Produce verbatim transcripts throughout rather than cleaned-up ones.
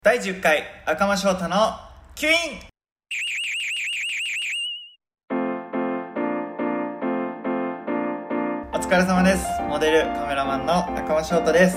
だいじゅっかい赤間翔太のキュイン。お疲れ様です。モデルカメラマンの赤間翔太です。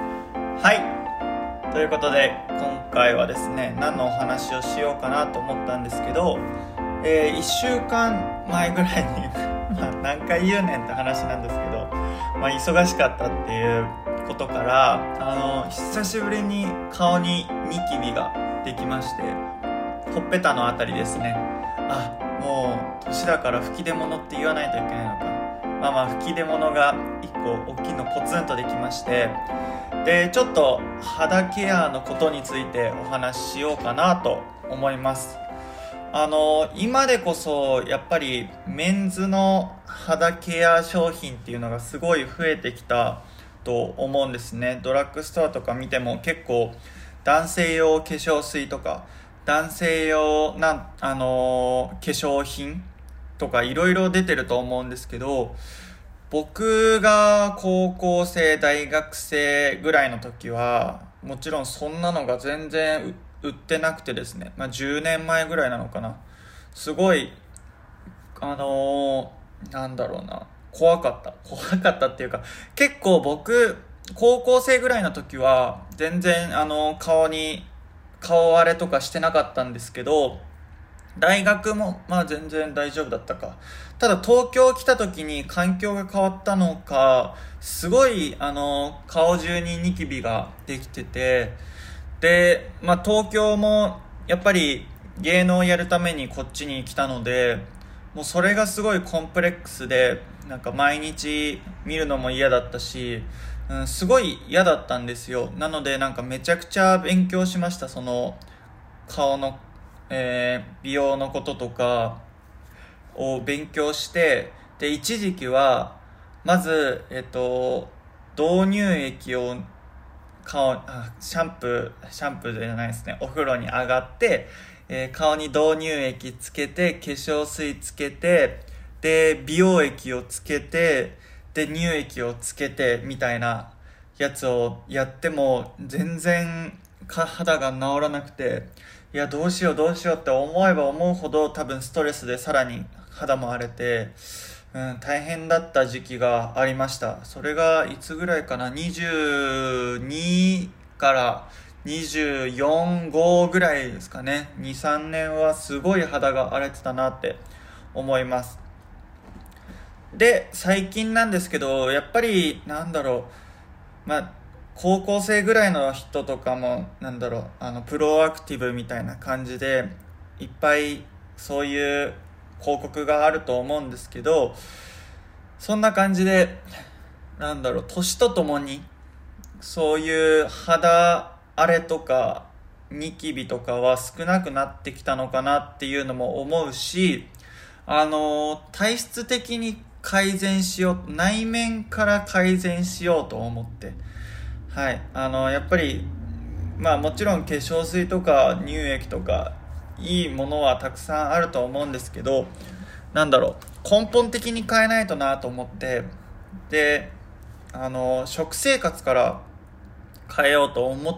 はい、ということで今回はですね、何のお話をしようかなと思ったんですけど、えー、いっしゅうかんまえぐらいにまあ何回言うねんって話なんですけど、まあ、忙しかったっていうことからあの久しぶりに顔にニキビができまして、ほっぺたのあたりですね。あ、もう年だから吹き出物って言わないといけないのか。まあまあ吹き出物がいっこ大きいのポツンとできまして、でちょっと肌ケアのことについてお話ししようかなと思います。あの今でこそやっぱりメンズの肌ケア商品っていうのがすごい増えてきたと思うんですね。ドラッグストアとか見ても結構男性用化粧水とか男性用な、あのー、化粧品とかいろいろ出てると思うんですけど、僕が高校生大学生ぐらいの時はもちろんそんなのが全然売ってなくてですね、まあ、じゅうねんまえぐらいなのかな。すごいあのー、なんだろうな怖かった怖かったっていうか、結構僕高校生ぐらいの時は全然あの顔に顔荒れとかしてなかったんですけど、大学もまあ全然大丈夫だったか。ただ東京来た時に環境が変わったのか、すごいあの顔中にニキビができてて、で、まあ、東京もやっぱり芸能をやるためにこっちに来たので、もうそれがすごいコンプレックスで、なんか毎日見るのも嫌だったし、うん、すごい嫌だったんですよ。なのでなんかめちゃくちゃ勉強しました。その顔の、えー美容のこととかを勉強して、で一時期はまずえっと導入液を顔あシャンプーシャンプーじゃないですね、お風呂に上がって、えー顔に導入液つけて化粧水つけて、で美容液をつけて、で乳液をつけてみたいなやつをやっても全然肌が治らなくて、いやどうしようどうしようって思えば思うほど多分ストレスでさらに肌も荒れて、うん、大変だった時期がありました。それがいつぐらいかな、にじゅうにからにじゅうよん、ごぐらいですかね。に、さんねんはすごい肌が荒れてたなって思います。で最近なんですけど、やっぱりなんだろう、まあ高校生ぐらいの人とかもなんだろう、あのプロアクティブみたいな感じでいっぱいそういう広告があると思うんですけど、そんな感じでなんだろう、年とともにそういう肌荒れとかニキビとかは少なくなってきたのかなっていうのも思うし、あの体質的に改善しよう、内面から改善しようと思って、はい、あのやっぱりまあもちろん化粧水とか乳液とかいいものはたくさんあると思うんですけど、なんだろう、根本的に変えないとなと思って、であの食生活から変えようと思って、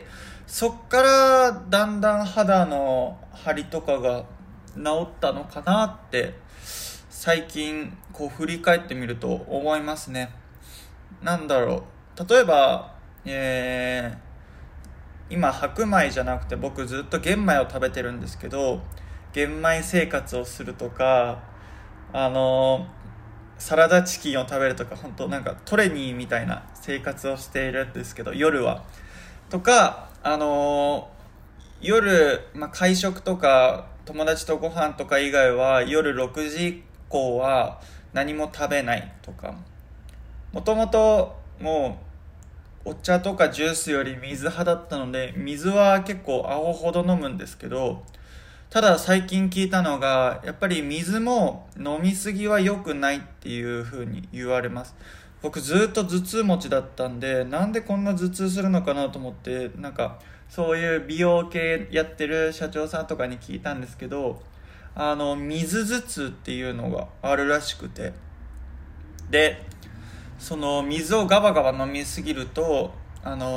そっからだんだん肌の張りとかが治ったのかなって最近こう振り返ってみると思いますね。なんだろう、例えば、えー今白米じゃなくて僕ずっと玄米を食べてるんですけど、玄米生活をするとか、あのサラダチキンを食べるとか、本当なんかトレニーみたいな生活をしているんですけど、夜はとか、あの夜、まあ、会食とか友達とご飯とか以外は夜ろくじ以降は何も食べないとか、もともともうお茶とかジュースより水派だったので、水は結構青ほど飲むんですけど、ただ最近聞いたのがやっぱり水も飲みすぎは良くないっていう風に言われます。僕ずっと頭痛持ちだったんで、なんでこんな頭痛するのかなと思って、なんかそういう美容系やってる社長さんとかに聞いたんですけど、あの水頭痛っていうのがあるらしくて、でその水をガバガバ飲みすぎると、あの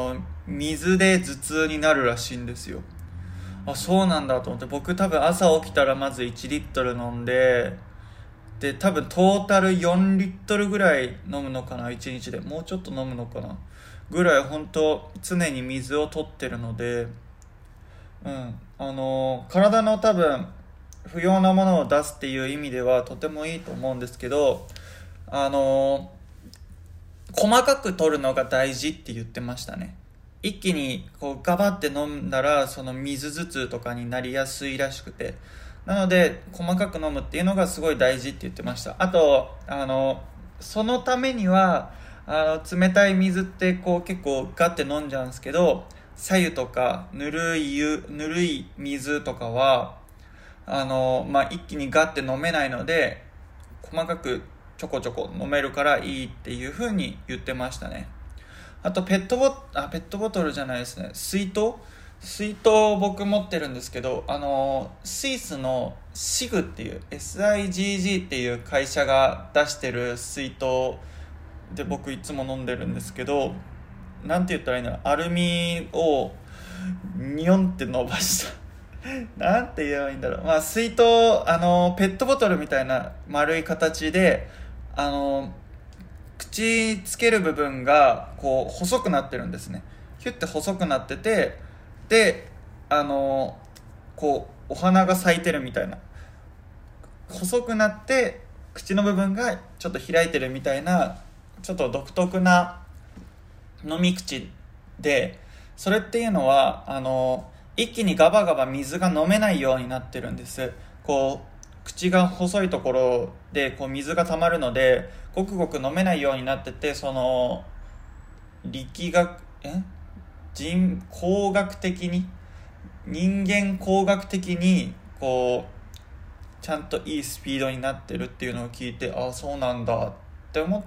水で頭痛になるらしいんですよ。あ、そうなんだと思って、僕多分朝起きたらまずいちリットル飲んで、で多分トータルよんリットルぐらい飲むのかな、いちにちで。もうちょっと飲むのかなぐらい、本当常に水を取ってるので、うんあのー体の多分不要なものを出すっていう意味ではとてもいいと思うんですけど、あのー細かく取るのが大事って言ってましたね。一気にこうガバって飲んだらその水頭痛とかになりやすいらしくて、なので細かく飲むっていうのがすごい大事って言ってました。あとあのそのためにはあの冷たい水ってこう結構ガッて飲んじゃうんですけど、白湯とかぬるい湯ぬるい水とかはあの、まあ、一気にガッて飲めないので、細かくちょこちょこ飲めるからいいっていう風に言ってましたね。あとペットボあペットボトルじゃないですね、水筒水筒を僕持ってるんですけど、あのスイスのシグっていう エスアイジージー っていう会社が出してる水筒で僕いつも飲んでるんですけど、なんて言ったらいいの、アルミをニョンって伸ばしたなんて言えばいいんだろう、まあ水筒、あのペットボトルみたいな丸い形で、あの口つける部分がこう細くなってるんですね。ヒュッて細くなってて、であのこうお花が咲いてるみたいな、細くなって口の部分がちょっと開いてるみたいな、ちょっと独特な飲み口で、それっていうのはあの一気にガバガバ水が飲めないようになってるんです。こう口が細いところでこう水が溜まるのでごくごく飲めないようになってて、その力学え人工学的に人間工学的にこうちゃんといいスピードになってるっていうのを聞いて、ああそうなんだって思って、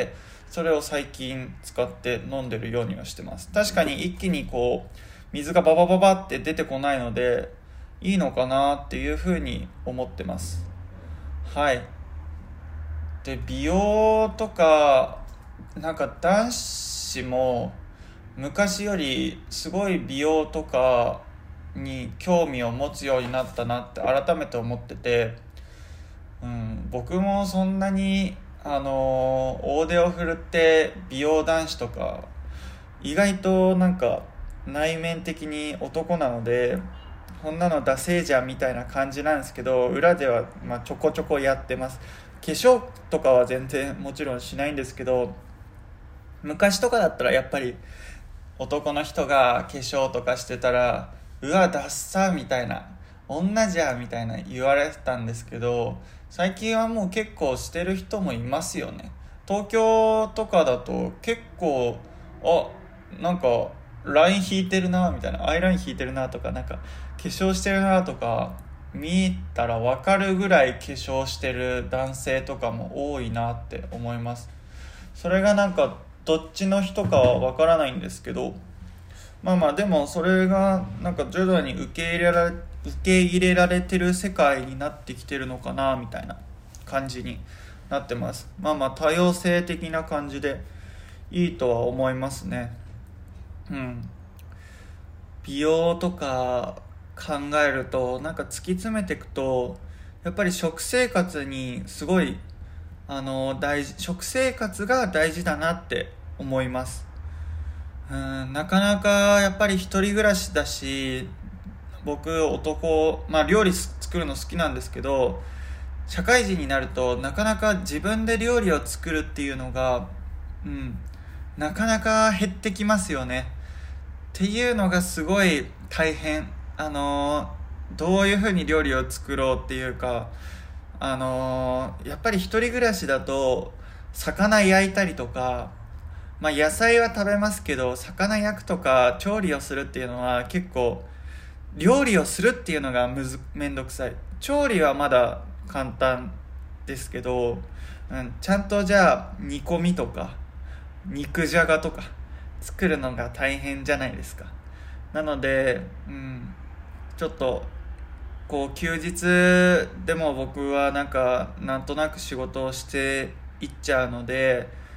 それを最近使って飲んでるようにはしてます。確かに一気にこう水がババババって出てこないのでいいのかなっていうふうに思ってます。はい。で美容とかなんか男子も昔よりすごい美容とかに興味を持つようになったなって改めて思ってて、うん、僕もそんなにあの大手を振るって美容男子とか意外となんか内面的に男なので、こんなのダセーじゃんみたいな感じなんですけど、裏ではまあちょこちょこやってます。化粧とかは全然もちろんしないんですけど、昔とかだったらやっぱり男の人が化粧とかしてたら、うわダッサみたいな、女じゃみたいな言われてたんですけど、最近はもう結構してる人もいますよね。東京とかだと結構、あなんかライン引いてるなみたいな、アイライン引いてるなとか、なんか化粧してるなとか見たら分かるぐらい化粧してる男性とかも多いなって思います。それがなんかどっちの人かは分からないんですけど、まあまあでもそれがなんか徐々に受け入れられ受け入れられてる世界になってきてるのかなみたいな感じになってます。まあまあ多様性的な感じでいいとは思いますね。うん。美容とか考えると、なんか突き詰めていくとやっぱり食生活にすごいあの大事食生活が大事だなって思います。うんなかなかやっぱり一人暮らしだし、僕男、まあ料理作るの好きなんですけど、社会人になるとなかなか自分で料理を作るっていうのが、うん、なかなか減ってきますよね。っていうのがすごい大変。あのー、どういう風に料理を作ろうっていうか、あのー、やっぱり一人暮らしだと魚焼いたりとか、まあ野菜は食べますけど、魚焼くとか調理をするっていうのは結構、料理をするっていうのがむずめんどくさい。調理はまだ簡単ですけど、うん、ちゃんとじゃあ煮込みとか肉じゃがとか作るのが大変じゃないですか。なので、うん、ちょっとこう休日でも僕はなんかなんとなく仕事をしていっちゃうので、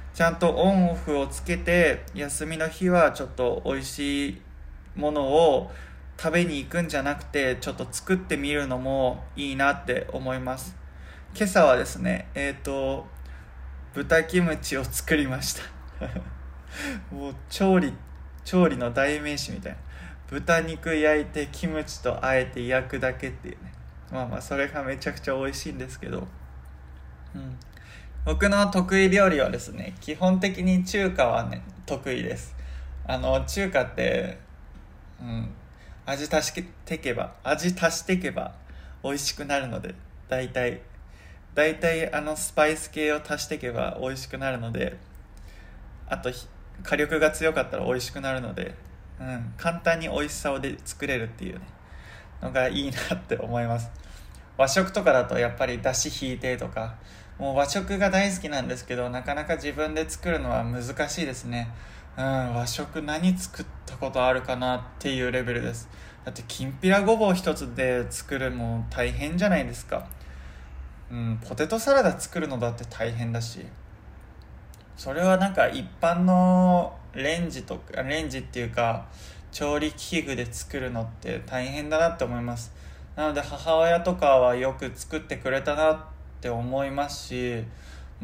ちゃんとオンオフをつけて、休みの日はちょっと美味しいものを食べに行くんじゃなくて、ちょっと作ってみるのもいいなって思います。今朝はですね、えっと豚キムチを作りましたもう調理調理の代名詞みたいな、豚肉焼いてキムチとあえて焼くだけっていうね。まあまあそれがめちゃくちゃ美味しいんですけど、うん、僕の得意料理はですね、基本的に中華はね得意です。あの中華って、うん、味足していけば味足していけば美味しくなるので、だいたいだいたいあのスパイス系を足していけば美味しくなるので、あと火力が強かったら美味しくなるので、うん、簡単に美味しさをで作れるっていうねのがいいなって思います。和食とかだとやっぱり出汁引いてとか、もう和食が大好きなんですけど、なかなか自分で作るのは難しいですね。うん、和食何作ったことあるかなっていうレベルです。だってきんぴらごぼう一つで作るも大変じゃないですか。うん、ポテトサラダ作るのだって大変だし、それはなんか一般のレンジとかレンジっていうか調理器具で作るのって大変だなって思います。なので母親とかはよく作ってくれたなって思いますし、うん、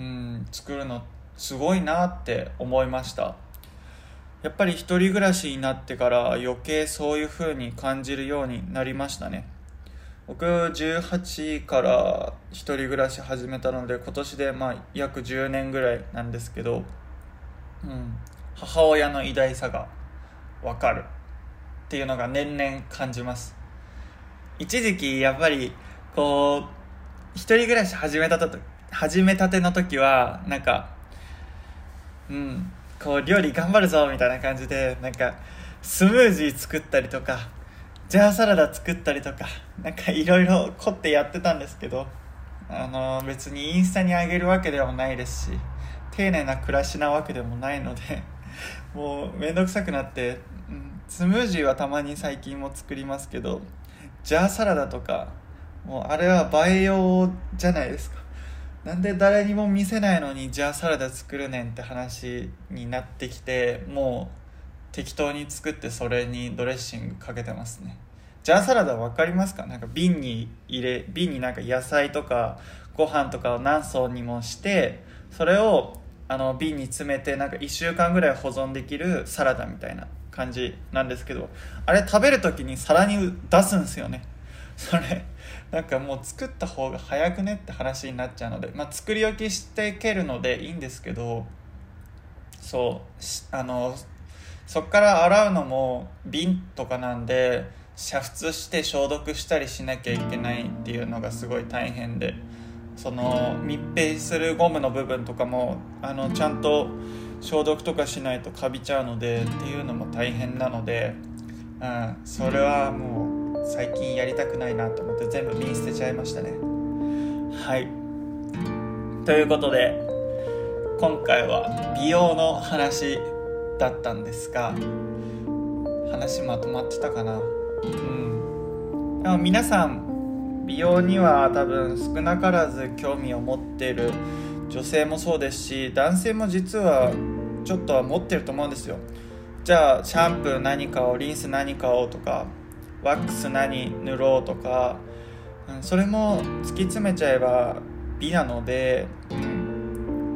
作るのすごいなって思いました。やっぱり一人暮らしになってから余計そういう風に感じるようになりましたね。僕じゅうはちから一人暮らし始めたので、今年でまあ約じゅうねんぐらいなんですけど、うん、母親の偉大さが分かるっていうのが年々感じます。一時期やっぱりこう一人暮らし始めたと始めたての時はなんか、うんこう料理頑張るぞみたいな感じで、なんかスムージー作ったりとかジャーサラダ作ったりとか、なんかいろいろ凝ってやってたんですけど、あの別にインスタに上げるわけではないですし、丁寧な暮らしなわけでもないのでもうめんどくさくなって、うん、スムージーはたまに最近も作りますけど、ジャーサラダとかもうあれは映え用じゃないですか。なんで誰にも見せないのにジャーサラダ作るねんって話になってきて、もう適当に作ってそれにドレッシングかけてますね。ジャーサラダ分かりますか？なんか瓶に入れ瓶になんか野菜とかご飯とかを何層にもして、それをあの瓶に詰めてなんかいっしゅうかんぐらい保存できるサラダみたいな感じなんですけど、あれ食べるときに皿に出すんですよね。それなんかもう作った方が早くねって話になっちゃうので、まあ作り置きしていけるのでいいんですけど、そうあのそっから洗うのも瓶とかなんで、煮沸して消毒したりしなきゃいけないっていうのがすごい大変で、その密閉するゴムの部分とかもあのちゃんと消毒とかしないとカビちゃうのでっていうのも大変なので、うん、それはもう最近やりたくないなと思って全部瓶捨てちゃいましたね。はい、ということで今回は美容の話だったんですが、話まとまってたかな。うん、でも皆さん美容には多分少なからず興味を持っている女性もそうですし、男性も実はちょっとは持ってると思うんですよ。じゃあシャンプー何買おう、リンス何買おうとか、ワックス何塗ろうとか、うん、それも突き詰めちゃえば美なので、うん、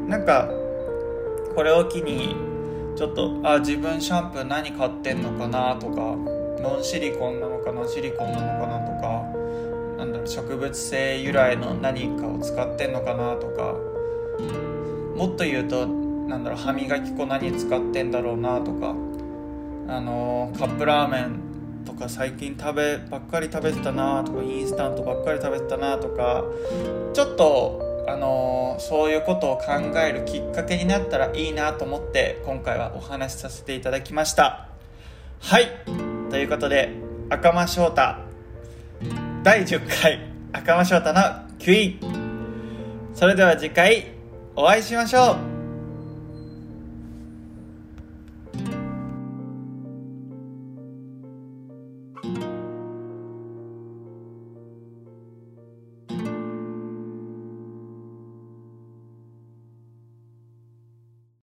なんかこれを機にちょっとあ自分シャンプー何買ってんのかなとか、ノンシリコンなのかなシリコンなのかなとか、なんだろう植物性由来の何かを使ってんのかなとか、もっと言うとなんだろう歯磨き粉何使ってんだろうなとか、あのー、カップラーメンとか最近食べばっかり食べてたなとか、インスタントばっかり食べてたなとか、ちょっとあのー、そういうことを考えるきっかけになったらいいなと思って今回はお話しさせていただきました。はい、ということで赤間翔太だいじゅっかい赤間翔太のキュイン、それでは次回お会いしましょう。